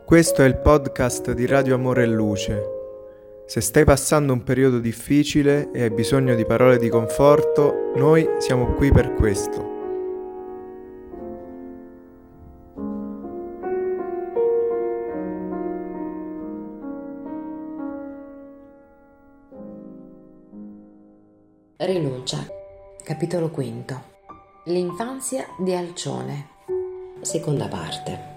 Questo è il podcast di Radio Amore e Luce. Se stai passando un periodo difficile e hai bisogno di parole di conforto, noi siamo qui per questo. Rinuncia. Capitolo V. L'infanzia di Alcione. Seconda parte.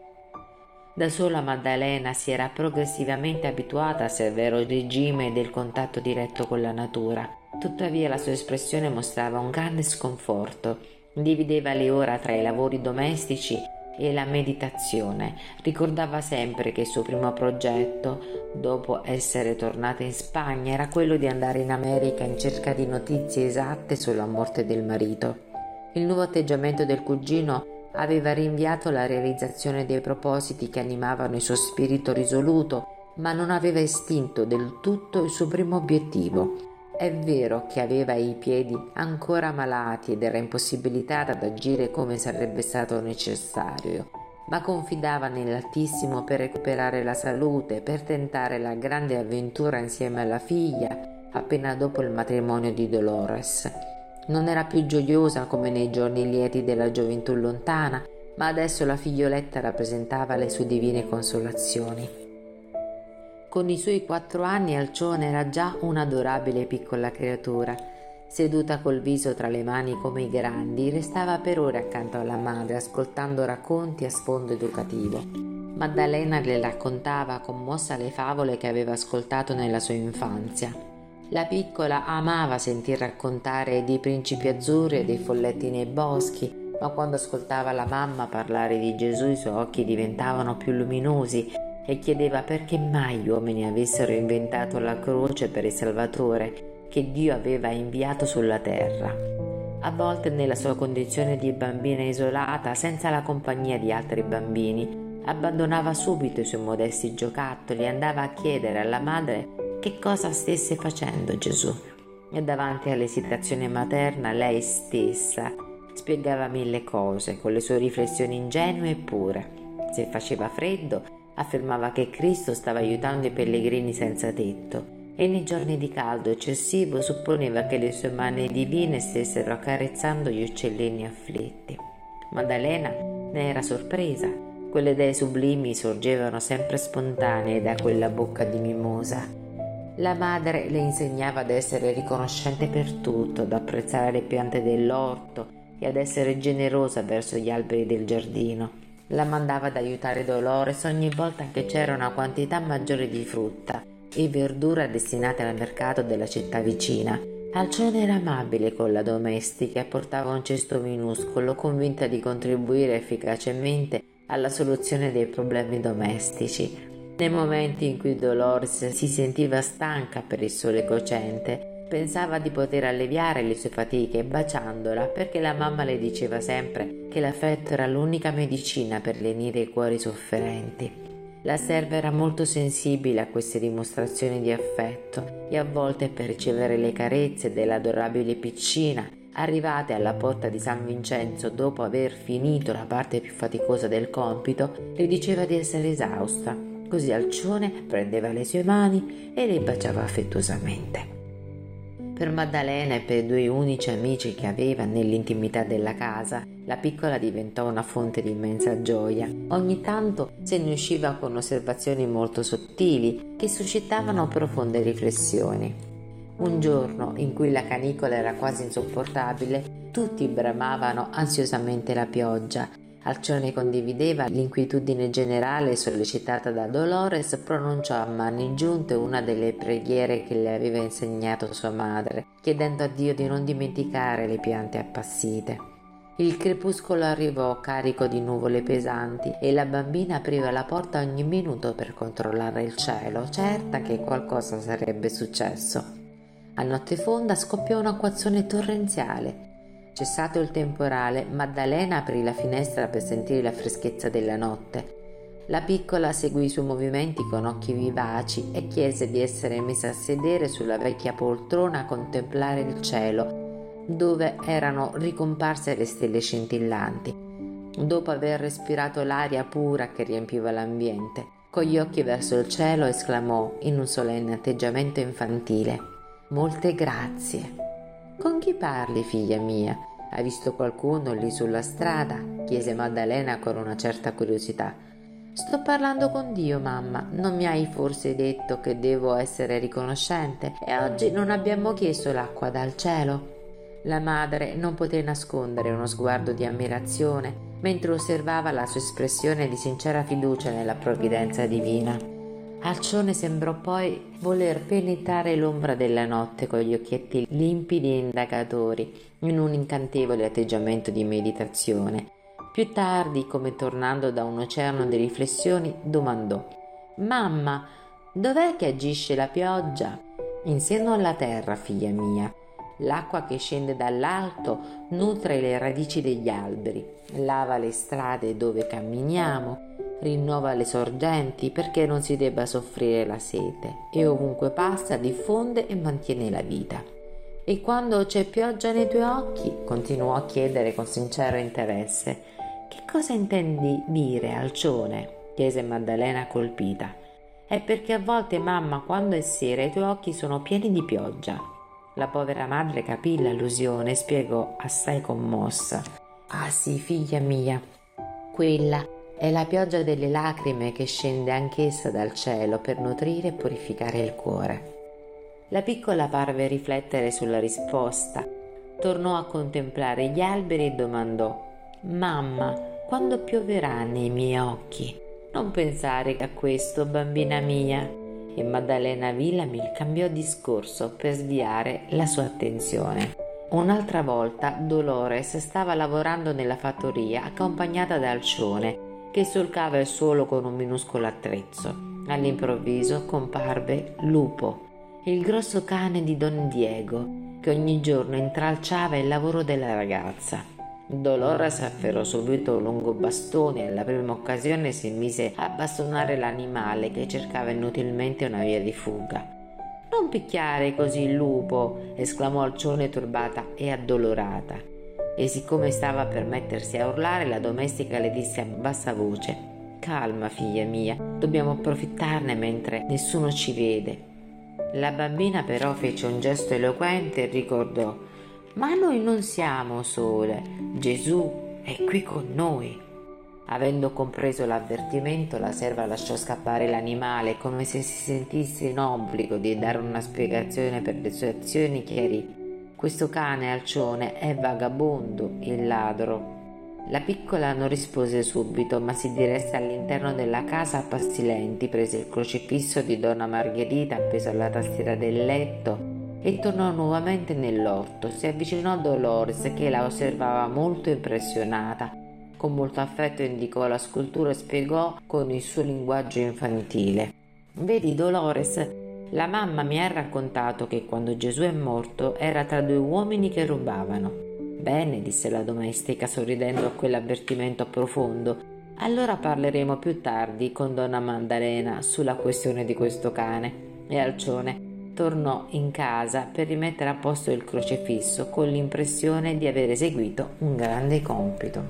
Da sola Maddalena si era progressivamente abituata al severo regime del contatto diretto con la natura. Tuttavia la sua espressione mostrava un grande sconforto. Divideva le ore tra i lavori domestici e la meditazione. Ricordava sempre che il suo primo progetto, dopo essere tornata in Spagna, era quello di andare in America in cerca di notizie esatte sulla morte del marito. Il nuovo atteggiamento del cugino aveva rinviato la realizzazione dei propositi che animavano il suo spirito risoluto, ma non aveva estinto del tutto il suo primo obiettivo. È vero che aveva i piedi ancora malati ed era impossibilitata ad agire come sarebbe stato necessario, ma confidava nell'Altissimo per recuperare la salute, per tentare la grande avventura insieme alla figlia appena dopo il matrimonio di Dolores. Non era più gioiosa come nei giorni lieti della gioventù lontana, ma adesso la figlioletta rappresentava le sue divine consolazioni. Con i suoi 4 anni Alcione era già un'adorabile piccola creatura. Seduta col viso tra le mani come i grandi, restava per ore accanto alla madre, ascoltando racconti a sfondo educativo. Maddalena le raccontava commossa le favole che aveva ascoltato nella sua infanzia. La piccola amava sentir raccontare dei principi azzurri e dei folletti nei boschi, ma quando ascoltava la mamma parlare di Gesù i suoi occhi diventavano più luminosi e chiedeva perché mai gli uomini avessero inventato la croce per il Salvatore che Dio aveva inviato sulla terra. A volte nella sua condizione di bambina isolata, senza la compagnia di altri bambini, abbandonava subito i suoi modesti giocattoli e andava a chiedere alla madre che cosa stesse facendo Gesù. E davanti all'esitazione materna lei stessa spiegava 1000 cose con le sue riflessioni ingenue e pure. Se faceva freddo, affermava che Cristo stava aiutando i pellegrini senza tetto e nei giorni di caldo eccessivo supponeva che le sue mani divine stessero accarezzando gli uccellini afflitti. Maddalena ne era sorpresa. Quelle idee sublimi sorgevano sempre spontanee da quella bocca di mimosa. La madre le insegnava ad essere riconoscente per tutto, ad apprezzare le piante dell'orto e ad essere generosa verso gli alberi del giardino. La mandava ad aiutare Dolores ogni volta che c'era una quantità maggiore di frutta e verdura destinate al mercato della città vicina. Alcione era amabile con la domestica e portava un cesto minuscolo, convinta di contribuire efficacemente alla soluzione dei problemi domestici. Nei momenti in cui Dolores si sentiva stanca per il sole cocente, pensava di poter alleviare le sue fatiche baciandola, perché la mamma le diceva sempre che l'affetto era l'unica medicina per lenire i cuori sofferenti. La serva era molto sensibile a queste dimostrazioni di affetto e a volte, per ricevere le carezze dell'adorabile piccina, arrivate alla porta di San Vincenzo dopo aver finito la parte più faticosa del compito, le diceva di essere esausta. Così Alcione prendeva le sue mani e le baciava affettuosamente. Per Maddalena e per i 2 unici amici che aveva nell'intimità della casa, la piccola diventò una fonte di immensa gioia. Ogni tanto se ne usciva con osservazioni molto sottili che suscitavano profonde riflessioni. Un giorno in cui la canicola era quasi insopportabile, tutti bramavano ansiosamente la pioggia. Alcione condivideva l'inquietudine generale sollecitata da Dolores, pronunciò a mani giunte una delle preghiere che le aveva insegnato sua madre, chiedendo a Dio di non dimenticare le piante appassite. Il crepuscolo arrivò carico di nuvole pesanti e la bambina apriva la porta ogni minuto per controllare il cielo, certa che qualcosa sarebbe successo. A notte fonda scoppiò un acquazzone torrenziale. Cessato il temporale, Maddalena aprì la finestra per sentire la freschezza della notte. La piccola seguì i suoi movimenti con occhi vivaci e chiese di essere messa a sedere sulla vecchia poltrona a contemplare il cielo, dove erano ricomparse le stelle scintillanti. Dopo aver respirato l'aria pura che riempiva l'ambiente, con gli occhi verso il cielo esclamò in un solenne atteggiamento infantile: «Molte grazie». «Con chi parli, figlia mia? Hai visto qualcuno lì sulla strada?» chiese Maddalena con una certa curiosità. «Sto parlando con Dio, mamma. Non mi hai forse detto che devo essere riconoscente? E oggi non abbiamo chiesto l'acqua dal cielo?» La madre non poté nascondere uno sguardo di ammirazione mentre osservava la sua espressione di sincera fiducia nella provvidenza divina. Alcione sembrò poi voler penetrare l'ombra della notte con gli occhietti limpidi e indagatori in un incantevole atteggiamento di meditazione. Più tardi, come tornando da un oceano di riflessioni, domandò: «Mamma, dov'è che agisce la pioggia?» «In seno alla terra, figlia mia. L'acqua che scende dall'alto nutre le radici degli alberi, lava le strade dove camminiamo, rinnova le sorgenti perché non si debba soffrire la sete e ovunque passa diffonde e mantiene la vita». «E quando c'è pioggia nei tuoi occhi?» continuò a chiedere con sincero interesse. «Che cosa intendi dire, Alcione?» chiese Maddalena colpita. «È perché a volte, mamma, quando è sera i tuoi occhi sono pieni di pioggia». La povera madre capì l'allusione e spiegò assai commossa: «Ah sì, figlia mia, quella è la pioggia delle lacrime che scende anch'essa dal cielo per nutrire e purificare il cuore». La piccola parve riflettere sulla risposta, tornò a contemplare gli alberi e domandò: «Mamma, quando pioverà nei miei occhi?» «Non pensare a questo, bambina mia». E Maddalena Villamil cambiò discorso per sviare la sua attenzione. Un'altra volta Dolores stava lavorando nella fattoria accompagnata da Alcione, che solcava il suolo con un minuscolo attrezzo. All'improvviso comparve Lupo, il grosso cane di Don Diego, che ogni giorno intralciava il lavoro della ragazza. Dolores afferrò subito un lungo bastone e alla prima occasione si mise a bastonare l'animale che cercava inutilmente una via di fuga. «Non picchiare così il lupo!» esclamò Alcione turbata e addolorata. E siccome stava per mettersi a urlare, la domestica le disse a bassa voce: «Calma, figlia mia, dobbiamo approfittarne mentre nessuno ci vede». La bambina però fece un gesto eloquente e ricordò: «Ma noi non siamo sole, Gesù è qui con noi». Avendo compreso l'avvertimento, la serva lasciò scappare l'animale come se si sentisse in obbligo di dare una spiegazione per le sue azioni. Chiarì: «Questo cane Alcione è vagabondo, il ladro». La piccola non rispose subito, ma si diresse all'interno della casa a passi lenti, prese il crocifisso di Donna Margherita appeso alla tastiera del letto e tornò nuovamente nell'orto. Si avvicinò a Dolores, che la osservava molto impressionata. Con molto affetto indicò la scultura e spiegò con il suo linguaggio infantile: «Vedi, Dolores, la mamma mi ha raccontato che quando Gesù è morto era tra due uomini che rubavano». «Bene», disse la domestica, sorridendo a quell'avvertimento profondo. «Allora parleremo più tardi con Donna Maddalena sulla questione di questo cane». E Alcione tornò in casa per rimettere a posto il crocifisso con l'impressione di aver eseguito un grande compito.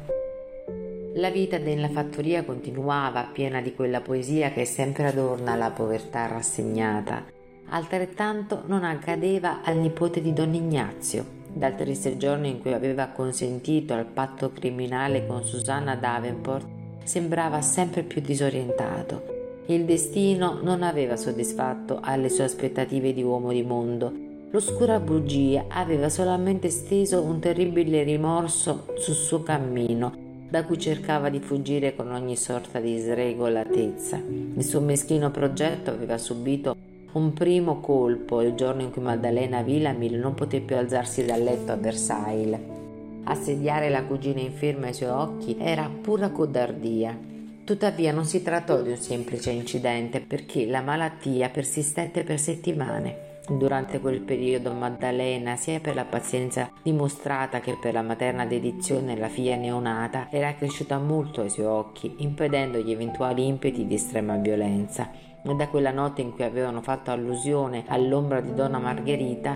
La vita della fattoria continuava, piena di quella poesia che sempre adorna la povertà rassegnata. Altrettanto non accadeva al nipote di Don Ignazio. Dal triste giorno in cui aveva consentito al patto criminale con Susanna Davenport, sembrava sempre più disorientato. Il destino non aveva soddisfatto alle sue aspettative di uomo di mondo. L'oscura bugia aveva solamente steso un terribile rimorso sul suo cammino, da cui cercava di fuggire con ogni sorta di sregolatezza. Il suo meschino progetto aveva subito un primo colpo il giorno in cui Maddalena Villamil non poté più alzarsi dal letto a Versailles. Assediare la cugina inferma ai suoi occhi era pura codardia. Tuttavia non si trattò di un semplice incidente, perché la malattia persistette per settimane. Durante quel periodo Maddalena, sia per la pazienza dimostrata che per la materna dedizione alla figlia neonata, era cresciuta molto ai suoi occhi, impedendo gli eventuali impeti di estrema violenza. E da quella notte in cui avevano fatto allusione all'ombra di Donna Margherita,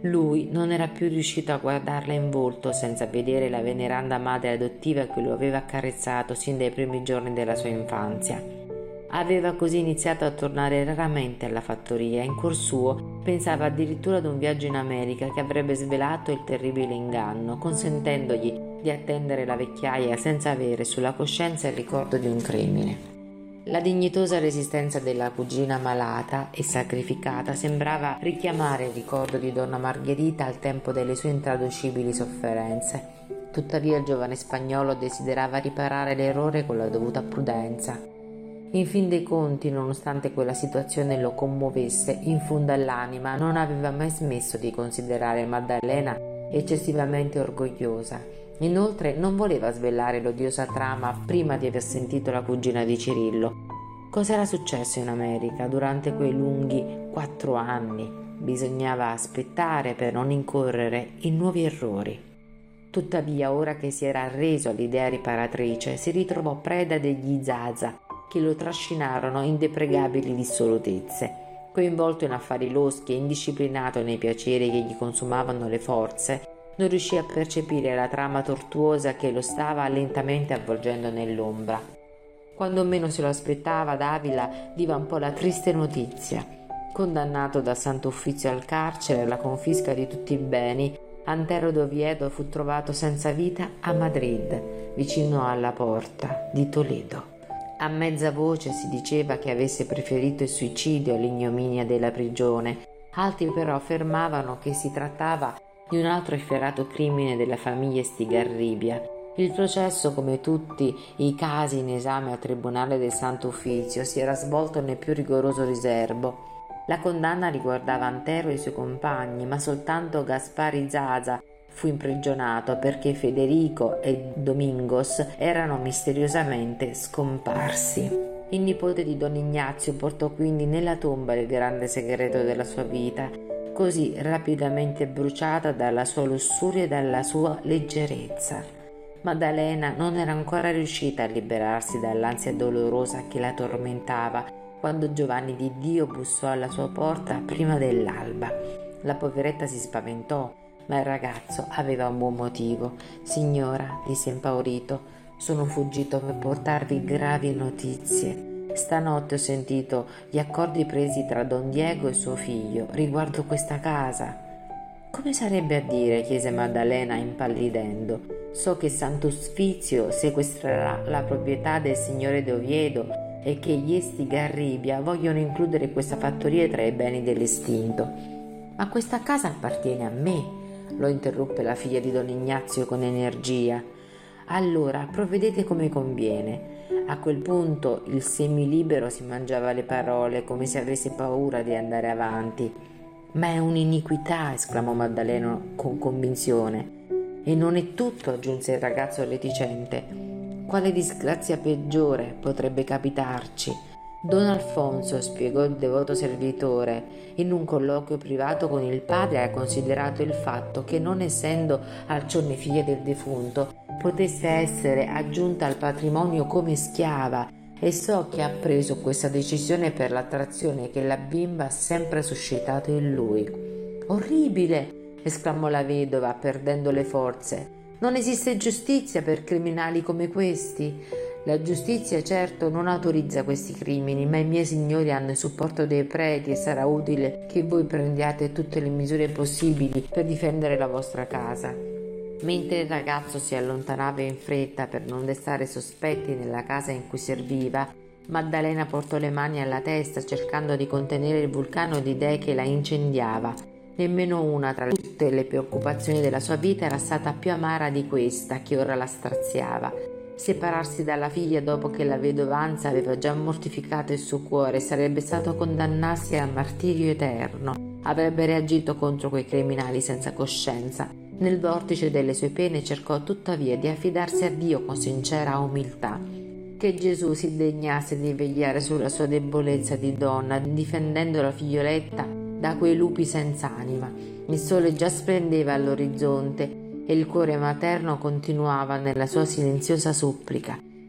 Lui non era più riuscito a guardarla in volto senza vedere la veneranda madre adottiva che lo aveva accarezzato sin dai primi giorni della sua infanzia. Aveva così iniziato a tornare raramente alla fattoria. In cuor suo pensava addirittura ad un viaggio in America che avrebbe svelato il terribile inganno, consentendogli di attendere la vecchiaia senza avere sulla coscienza il ricordo di un crimine. La dignitosa resistenza della cugina malata e sacrificata sembrava richiamare il ricordo di donna Margherita al tempo delle sue intraducibili sofferenze. Tuttavia il giovane spagnolo desiderava riparare l'errore con la dovuta prudenza. In fin dei conti, nonostante quella situazione lo commuovesse in fondo all'anima, non aveva mai smesso di considerare Maddalena eccessivamente orgogliosa. Inoltre non voleva svelare l'odiosa trama prima di aver sentito la cugina di Cirillo. Cos'era successo in America durante quei lunghi 4 anni? Bisognava aspettare per non incorrere in nuovi errori. Tuttavia, ora che si era arreso all'idea riparatrice, si ritrovò preda degli Zaza, che lo trascinarono in deprecabili dissolutezze. Coinvolto in affari loschi e indisciplinato nei piaceri che gli consumavano le forze, non riuscì a percepire la trama tortuosa che lo stava lentamente avvolgendo nell'ombra. Quando meno se lo aspettava, ad Avila divampò la triste notizia. Condannato dal Santo Uffizio al carcere e alla confisca di tutti i beni, Antero d'Oviedo fu trovato senza vita a Madrid, vicino alla porta di Toledo. A mezza voce si diceva che avesse preferito il suicidio all'ignominia della prigione, altri però affermavano che si trattava di un altro efferato crimine della famiglia Estigarribia. Il processo, come tutti i casi in esame al Tribunale del Santo Uffizio, si era svolto nel più rigoroso riserbo. La condanna riguardava Antero e i suoi compagni, ma soltanto Gaspari Zaza fu imprigionato perché Federico e Domingos erano misteriosamente scomparsi. Il nipote di Don Ignazio portò quindi nella tomba il grande segreto della sua vita, così rapidamente bruciata dalla sua lussuria e dalla sua leggerezza. Maddalena non era ancora riuscita a liberarsi dall'ansia dolorosa che la tormentava quando Giovanni di Dio bussò alla sua porta prima dell'alba. La poveretta si spaventò, ma il ragazzo aveva un buon motivo. «Signora», disse impaurito, «sono fuggito per portarvi gravi notizie. Stanotte ho sentito gli accordi presi tra Don Diego e suo figlio riguardo questa casa». «Come sarebbe a dire?» chiese Maddalena impallidendo. «So che Sant'Uffizio sequestrerà la proprietà del signore d'Oviedo e che gli Estigarribia vogliono includere questa fattoria tra i beni dell'estinto». «Ma questa casa appartiene a me», lo interruppe la figlia di Don Ignazio con energia. «Allora provvedete come conviene». A quel punto il semilibero si mangiava le parole come se avesse paura di andare avanti. «Ma è un'iniquità», esclamò Maddalena con convinzione. «E non è tutto», aggiunse il ragazzo reticente. «Quale disgrazia peggiore potrebbe capitarci?» Don Alfonso, spiegò il devoto servitore, in un colloquio privato con il padre, ha considerato il fatto che, non essendo Alcione figlia del defunto, potesse essere aggiunta al patrimonio come schiava, e so che ha preso questa decisione per l'attrazione che la bimba ha sempre suscitato in lui. «Orribile!» esclamò la vedova, perdendo le forze. «Non esiste giustizia per criminali come questi?» «La giustizia certo non autorizza questi crimini, ma i miei signori hanno il supporto dei preti e sarà utile che voi prendiate tutte le misure possibili per difendere la vostra casa». Mentre il ragazzo si allontanava in fretta per non destare sospetti nella casa in cui serviva, Maddalena portò le mani alla testa cercando di contenere il vulcano di idee che la incendiava. Nemmeno una tra tutte le preoccupazioni della sua vita era stata più amara di questa che ora la straziava. Separarsi dalla figlia dopo che la vedovanza aveva già mortificato il suo cuore sarebbe stato condannarsi al martirio eterno. Avrebbe reagito contro quei criminali senza coscienza. Nel vortice delle sue pene cercò tuttavia di affidarsi a Dio con sincera umiltà. Che Gesù si degnasse di vegliare sulla sua debolezza di donna, difendendo la figlioletta da quei lupi senza anima. Il sole già splendeva all'orizzonte e il cuore materno continuava nella sua silenziosa supplica.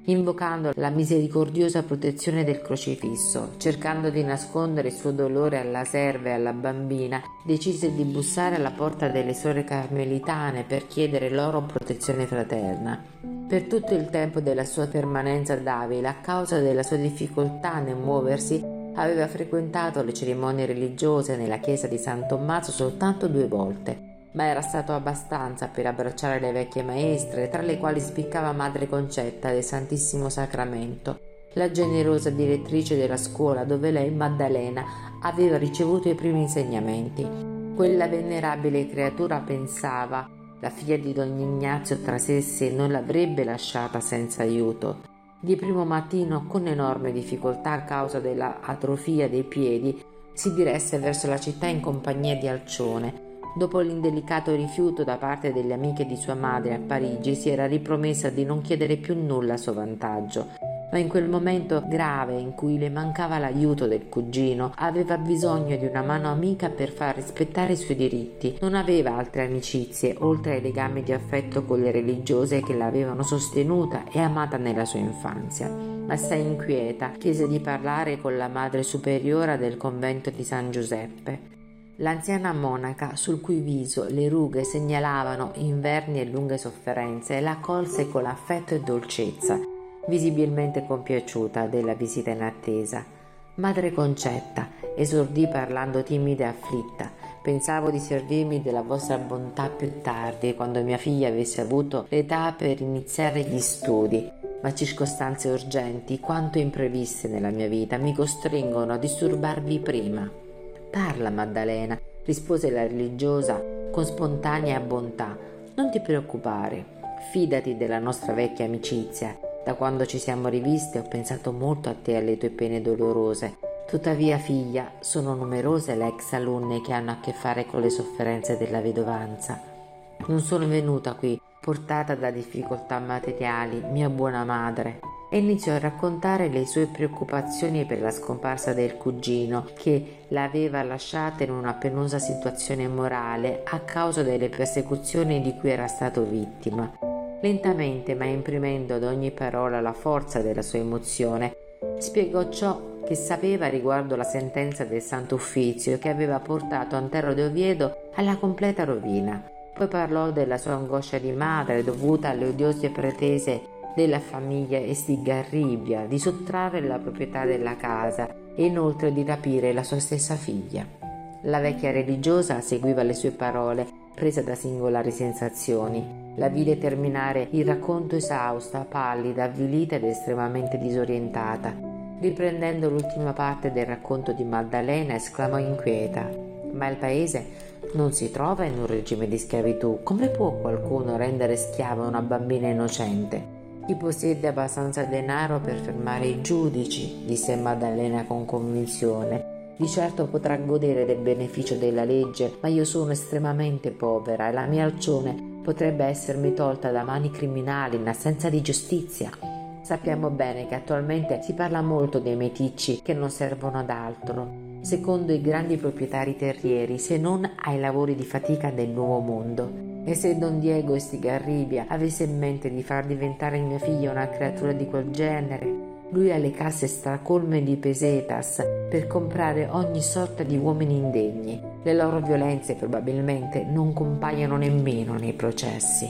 invocando la misericordiosa protezione del crocifisso. Cercando di nascondere il suo dolore alla serva e alla bambina, decise di bussare alla porta delle suore carmelitane per chiedere loro protezione fraterna. Per tutto il tempo della sua permanenza ad Avila, a causa della sua difficoltà nel muoversi, aveva frequentato le cerimonie religiose nella chiesa di San Tommaso soltanto 2 volte, ma era stato abbastanza per abbracciare le vecchie maestre, tra le quali spiccava Madre Concetta del Santissimo Sacramento, la generosa direttrice della scuola dove lei, Maddalena, aveva ricevuto i primi insegnamenti. Quella venerabile creatura pensava, la figlia di Don Ignazio Trasessi non l'avrebbe lasciata senza aiuto. Di primo mattino, con enorme difficoltà a causa della atrofia dei piedi, si diresse verso la città in compagnia di Alcione. Dopo l'indelicato rifiuto da parte delle amiche di sua madre a Parigi, si era ripromessa di non chiedere più nulla a suo vantaggio, ma in quel momento grave in cui le mancava l'aiuto del cugino, aveva bisogno di una mano amica per far rispettare i suoi diritti. Non aveva altre amicizie, oltre ai legami di affetto con le religiose che l'avevano sostenuta e amata nella sua infanzia. Assai inquieta, chiese di parlare con la madre superiora del convento di San Giuseppe. L'anziana monaca, sul cui viso le rughe segnalavano inverni e lunghe sofferenze, la accolse con affetto e dolcezza, visibilmente compiaciuta della visita inattesa. Madre Concetta, esordì parlando timida e afflitta, pensavo di servirmi della vostra bontà più tardi, quando mia figlia avesse avuto l'età per iniziare gli studi, ma circostanze urgenti, quanto impreviste nella mia vita, mi costringono a disturbarvi prima. Parla, Maddalena, rispose la religiosa con spontanea bontà. Non ti preoccupare, fidati della nostra vecchia amicizia. Da quando ci siamo riviste ho pensato molto a te e alle tue pene dolorose. Tuttavia, figlia, sono numerose le ex alunne che hanno a che fare con le sofferenze della vedovanza. Non sono venuta qui portata da difficoltà materiali, mia buona madre. E iniziò a raccontare le sue preoccupazioni per la scomparsa del cugino, che l'aveva lasciata in una penosa situazione morale a causa delle persecuzioni di cui era stato vittima. Lentamente, ma imprimendo ad ogni parola la forza della sua emozione, spiegò ciò che sapeva riguardo la sentenza del Santo Uffizio che aveva portato Antero de Oviedo alla completa rovina. Poi parlò della sua angoscia di madre dovuta alle odiose pretese della famiglia Estigarribia di sottrarre la proprietà della casa e inoltre di rapire la sua stessa figlia. La vecchia religiosa seguiva le sue parole, presa da singolari sensazioni. La vide terminare il racconto esausta, pallida, avvilita ed estremamente disorientata. Riprendendo l'ultima parte del racconto di Maddalena, esclamò inquieta: ma il paese non si trova in un regime di schiavitù. Come può qualcuno rendere schiava una bambina innocente? Chi possiede abbastanza denaro per fermare i giudici, disse Maddalena con convinzione, di certo potrà godere del beneficio della legge, ma io sono estremamente povera e la mia Alcione potrebbe essermi tolta da mani criminali in assenza di giustizia. Sappiamo bene che attualmente si parla molto dei meticci che non servono ad altro, secondo i grandi proprietari terrieri, se non ai lavori di fatica del nuovo mondo. E se Don Diego Estigarribia avesse in mente di far diventare mia figlia una creatura di quel genere, lui ha le casse stracolme di pesetas per comprare ogni sorta di uomini indegni. Le loro violenze probabilmente non compaiono nemmeno nei processi.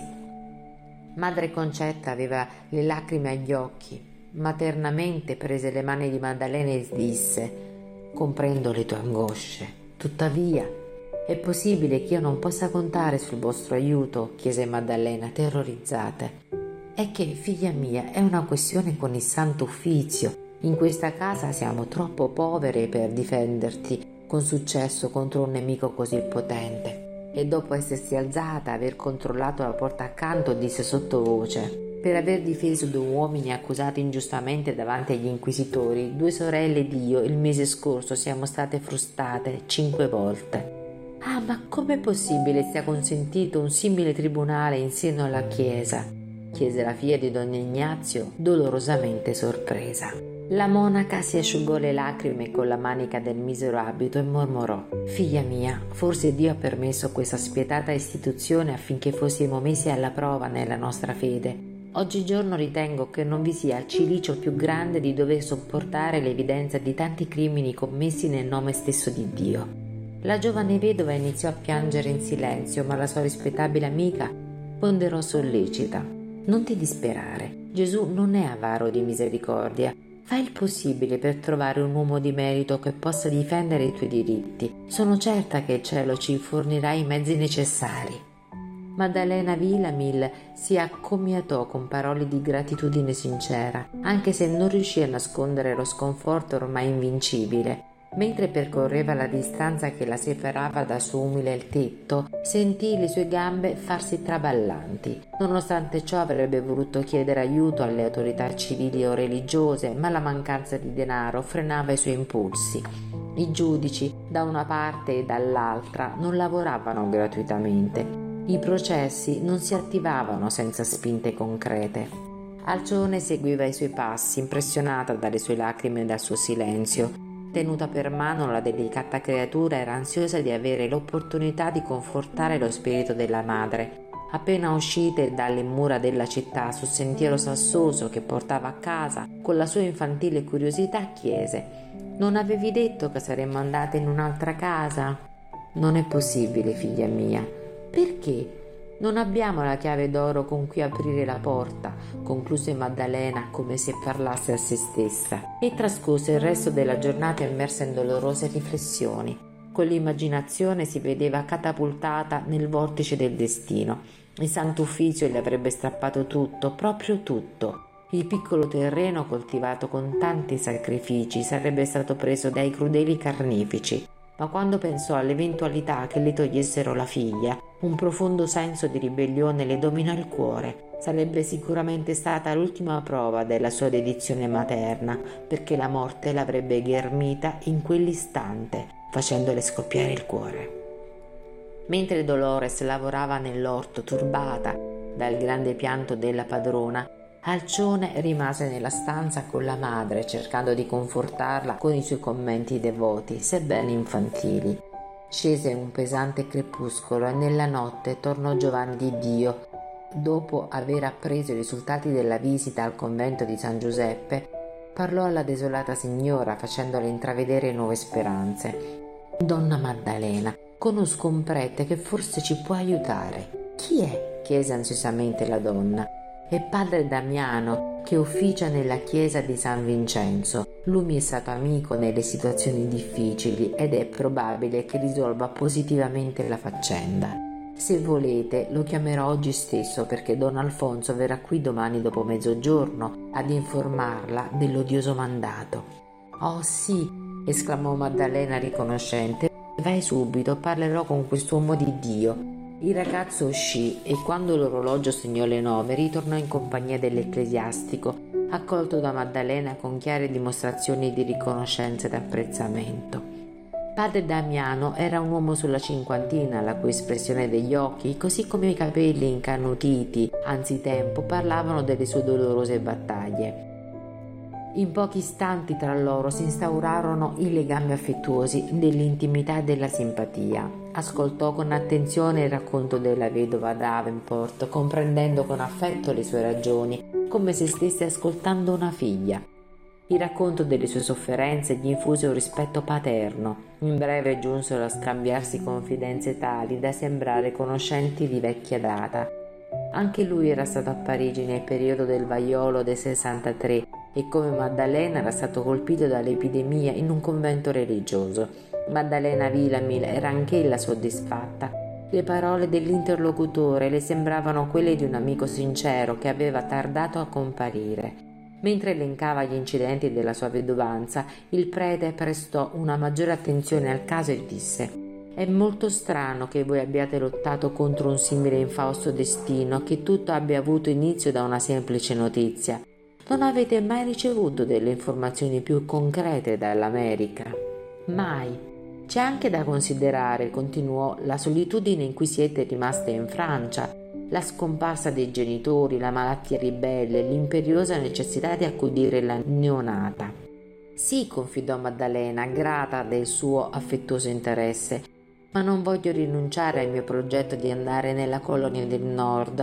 Madre Concetta aveva le lacrime agli occhi. Maternamente prese le mani di Maddalena e disse: comprendo le tue angosce, tuttavia è possibile che io non possa contare sul vostro aiuto? Chiese Maddalena, terrorizzata. È che, figlia mia, è una questione con il Santo Uffizio. In questa casa siamo troppo povere per difenderti con successo contro un nemico così potente. E dopo essersi alzata, aver controllato la porta accanto, disse sottovoce: per aver difeso 2 uomini accusati ingiustamente davanti agli inquisitori, 2 sorelle d'io il mese scorso siamo state frustate 5 volte. Ah, ma com'è possibile sia consentito un simile tribunale in seno alla Chiesa? Chiese la figlia di Don Ignazio, dolorosamente sorpresa. La monaca si asciugò le lacrime con la manica del misero abito e mormorò: figlia mia, forse Dio ha permesso questa spietata istituzione affinché fossimo messi alla prova nella nostra fede. Oggigiorno ritengo che non vi sia il cilicio più grande di dover sopportare l'evidenza di tanti crimini commessi nel nome stesso di Dio. La giovane vedova iniziò a piangere in silenzio, ma la sua rispettabile amica ponderò sollecita: non ti disperare, Gesù non è avaro di misericordia. Fai il possibile per trovare un uomo di merito che possa difendere i tuoi diritti. Sono certa che il cielo ci fornirà i mezzi necessari. Maddalena Vilamil si accomiatò con parole di gratitudine sincera, anche se non riuscì a nascondere lo sconforto ormai invincibile. Mentre percorreva la distanza che la separava dal suo umile tetto, sentì le sue gambe farsi traballanti. Nonostante ciò avrebbe voluto chiedere aiuto alle autorità civili o religiose, ma la mancanza di denaro frenava i suoi impulsi. I giudici, da una parte e dall'altra, non lavoravano gratuitamente. I processi non si attivavano senza spinte concrete. Alcione seguiva i suoi passi, impressionata dalle sue lacrime e dal suo silenzio. Tenuta per mano, la delicata creatura era ansiosa di avere l'opportunità di confortare lo spirito della madre. Appena uscite dalle mura della città sul sentiero sassoso che portava a casa, con la sua infantile curiosità chiese: «Non avevi detto che saremmo andate in un'altra casa?» «Non è possibile, figlia mia». «Perché?» «Non abbiamo la chiave d'oro con cui aprire la porta», concluse Maddalena come se parlasse a se stessa, e trascorse il resto della giornata immersa in dolorose riflessioni. Con l'immaginazione si vedeva catapultata nel vortice del destino. Il Santo Uffizio le avrebbe strappato tutto, proprio tutto. Il piccolo terreno coltivato con tanti sacrifici sarebbe stato preso dai crudeli carnefici. Ma quando pensò all'eventualità che le togliessero la figlia, un profondo senso di ribellione le dominò il cuore. Sarebbe sicuramente stata l'ultima prova della sua dedizione materna, perché la morte l'avrebbe ghermita in quell'istante, facendole scoppiare il cuore. Mentre Dolores lavorava nell'orto turbata dal grande pianto della padrona, Alcione rimase nella stanza con la madre, cercando di confortarla con i suoi commenti devoti, sebbene infantili. Scese un pesante crepuscolo e nella notte tornò Giovanni di Dio. Dopo aver appreso i risultati della visita al convento di San Giuseppe, parlò alla desolata signora, facendole intravedere nuove speranze. «Donna Maddalena, conosco un prete che forse ci può aiutare». «Chi è?» chiese ansiosamente la donna. «È padre Damiano, che ufficia nella chiesa di San Vincenzo. Lui mi è stato amico nelle situazioni difficili ed è probabile che risolva positivamente la faccenda. Se volete lo chiamerò oggi stesso, perché Don Alfonso verrà qui domani dopo mezzogiorno ad informarla dell'odioso mandato». «Oh sì», esclamò Maddalena riconoscente, «vai subito, parlerò con quest'uomo di Dio». Il ragazzo uscì e quando l'orologio segnò le 9 ritornò in compagnia dell'ecclesiastico, accolto da Maddalena con chiare dimostrazioni di riconoscenza ed apprezzamento. Padre Damiano era un uomo sulla cinquantina, la cui espressione degli occhi, così come i capelli incanutiti anzitempo, parlavano delle sue dolorose battaglie. In pochi istanti tra loro si instaurarono i legami affettuosi dell'intimità e della simpatia. Ascoltò con attenzione il racconto della vedova Davenport, comprendendo con affetto le sue ragioni, come se stesse ascoltando una figlia. Il racconto delle sue sofferenze gli infuse un rispetto paterno. In breve giunsero a scambiarsi confidenze tali da sembrare conoscenti di vecchia data. Anche lui era stato a Parigi nel periodo del vaiolo del 63 e come Maddalena era stato colpito dall'epidemia in un convento religioso. Maddalena Vilamil era anch'ella soddisfatta. Le parole dell'interlocutore le sembravano quelle di un amico sincero che aveva tardato a comparire. Mentre elencava gli incidenti della sua vedovanza, il prete prestò una maggiore attenzione al caso e disse: «È molto strano che voi abbiate lottato contro un simile infausto destino, che tutto abbia avuto inizio da una semplice notizia. Non avete mai ricevuto delle informazioni più concrete dall'America?» «Mai. C'è anche da considerare», continuò, «la solitudine in cui siete rimaste in Francia, la scomparsa dei genitori, la malattia ribelle, l'imperiosa necessità di accudire la neonata». «Sì», confidò Maddalena, grata del suo affettuoso interesse, «ma non voglio rinunciare al mio progetto di andare nella colonia del Nord.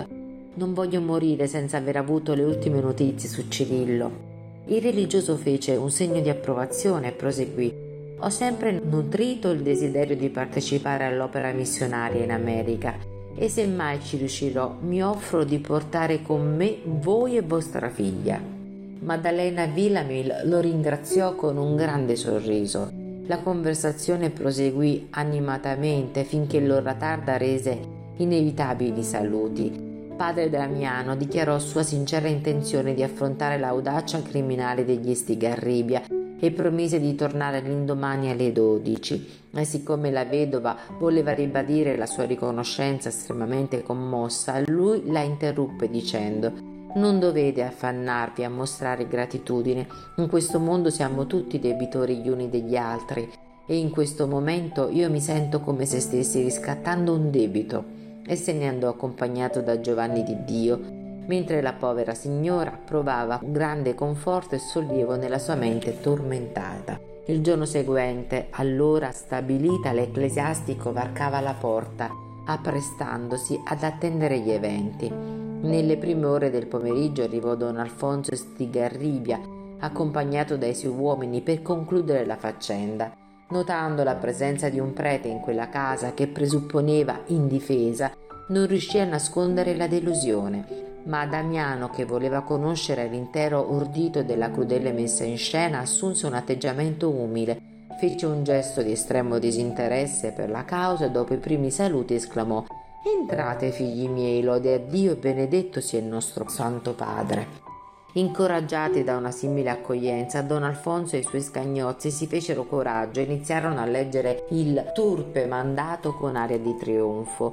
Non voglio morire senza aver avuto le ultime notizie su Cirillo. Il religioso fece un segno di approvazione e proseguì: ho sempre nutrito il desiderio di partecipare all'opera missionaria in America e se mai ci riuscirò mi offro di portare con me voi e vostra figlia. Maddalena Villamil lo ringraziò con un grande sorriso. La conversazione proseguì animatamente finché l'ora tarda rese inevitabili i saluti. Padre Damiano dichiarò sua sincera intenzione di affrontare l'audacia criminale degli Estigarribia e promise di tornare l'indomani alle 12. E siccome la vedova voleva ribadire la sua riconoscenza estremamente commossa, lui la interruppe dicendo: non dovete affannarvi a mostrare gratitudine, in questo mondo siamo tutti debitori gli uni degli altri e in questo momento io mi sento come se stessi riscattando un debito. E se ne andò accompagnato da Giovanni di Dio, mentre la povera signora provava grande conforto e sollievo nella sua mente tormentata. Il giorno seguente, all'ora stabilita, l'ecclesiastico varcava la porta, apprestandosi ad attendere gli eventi. Nelle prime ore del pomeriggio arrivò don Alfonso Estigarribia, accompagnato dai suoi uomini per concludere la faccenda. Notando la presenza di un prete in quella casa che presupponeva indifesa, non riuscì a nascondere la delusione, ma Damiano, che voleva conoscere l'intero ordito della crudele messa in scena, assunse un atteggiamento umile, fece un gesto di estremo disinteresse per la causa e dopo i primi saluti esclamò: entrate, figli miei, lode a Dio e benedetto sia il nostro Santo Padre. Incoraggiati da una simile accoglienza, don Alfonso e i suoi scagnozzi si fecero coraggio e iniziarono a leggere il turpe mandato con aria di trionfo.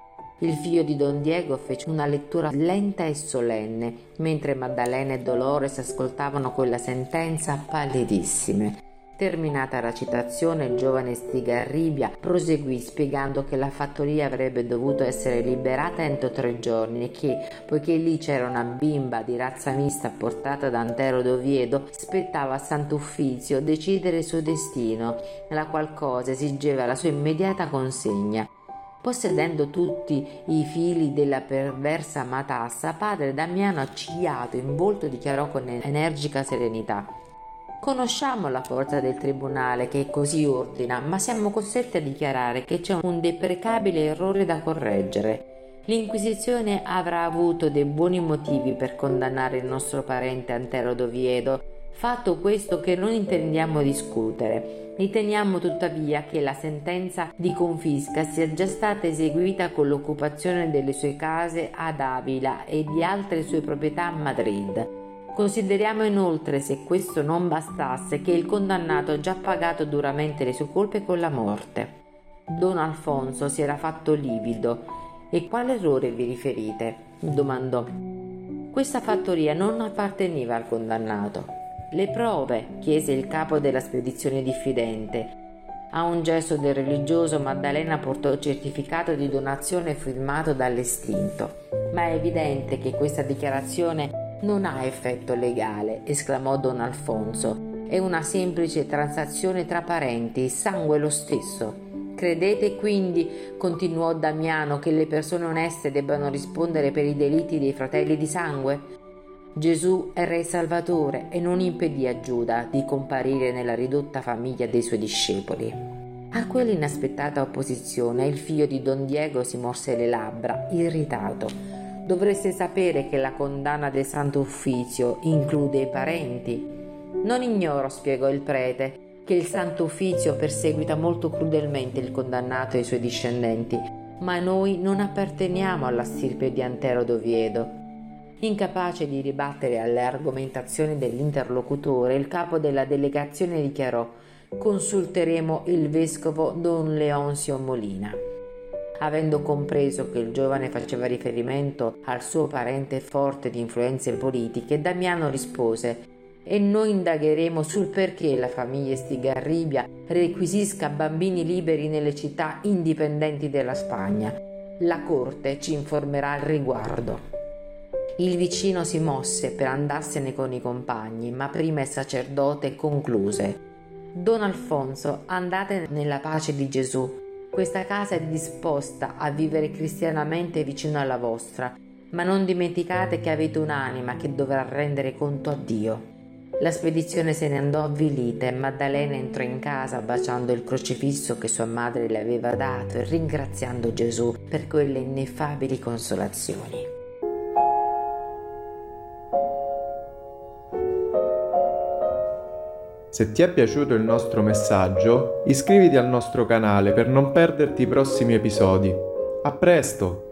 Il figlio di don Diego fece una lettura lenta e solenne, mentre Maddalena e Dolores ascoltavano quella sentenza pallidissime. Terminata la citazione, il giovane Estigarribia proseguì spiegando che la fattoria avrebbe dovuto essere liberata entro 3 giorni e che, poiché lì c'era una bimba di razza mista portata da Antero d'Oviedo, spettava a Sant'Uffizio decidere il suo destino, la qual cosa esigeva la sua immediata consegna. Possedendo tutti i fili della perversa matassa, padre Damiano, accigliato in volto, dichiarò con energica serenità: conosciamo la forza del tribunale che così ordina, ma siamo costretti a dichiarare che c'è un deprecabile errore da correggere. L'Inquisizione avrà avuto dei buoni motivi per condannare il nostro parente Antero d'Oviedo, fatto questo che non intendiamo discutere. Riteniamo tuttavia che la sentenza di confisca sia già stata eseguita con l'occupazione delle sue case ad Avila e di altre sue proprietà a Madrid. Consideriamo inoltre, se questo non bastasse, che il condannato ha già pagato duramente le sue colpe con la morte. Don Alfonso si era fatto livido. E quale errore vi riferite? Domandò. Questa fattoria non apparteneva al condannato. Le prove? Chiese il capo della spedizione diffidente. A un gesto del religioso, Maddalena portò il certificato di donazione firmato dall'estinto. Ma è evidente che questa dichiarazione non ha effetto legale, esclamò don Alfonso. È una semplice transazione tra parenti, sangue lo stesso. Credete quindi, continuò Damiano, che le persone oneste debbano rispondere per i delitti dei fratelli di sangue? Gesù è Re Salvatore e non impedì a Giuda di comparire nella ridotta famiglia dei suoi discepoli. A quell'inaspettata opposizione il figlio di don Diego si morse le labbra, irritato. Dovreste sapere che la condanna del Santo Uffizio include i parenti. Non ignoro, spiegò il prete, che il Santo Uffizio perseguita molto crudelmente il condannato e i suoi discendenti, ma noi non apparteniamo alla stirpe di Antero d'Oviedo. Incapace di ribattere alle argomentazioni dell'interlocutore, il capo della delegazione dichiarò: consulteremo il vescovo don Leonzio Molina. Avendo compreso che il giovane faceva riferimento al suo parente forte di influenze politiche, Damiano rispose: e noi indagheremo sul perché la famiglia Estigarribia requisisca bambini liberi nelle città indipendenti della Spagna. La corte ci informerà al riguardo. Il vicino si mosse per andarsene con i compagni, ma prima il sacerdote concluse: Don Alfonso, andate nella pace di Gesù. Questa casa è disposta a vivere cristianamente vicino alla vostra. ma non dimenticate che avete un'anima che dovrà rendere conto a Dio. La spedizione se ne andò avvilita e Maddalena entrò in casa baciando il crocifisso che sua madre le aveva dato e ringraziando Gesù per quelle ineffabili consolazioni. Se ti è piaciuto il nostro messaggio, iscriviti al nostro canale per non perderti i prossimi episodi. A presto!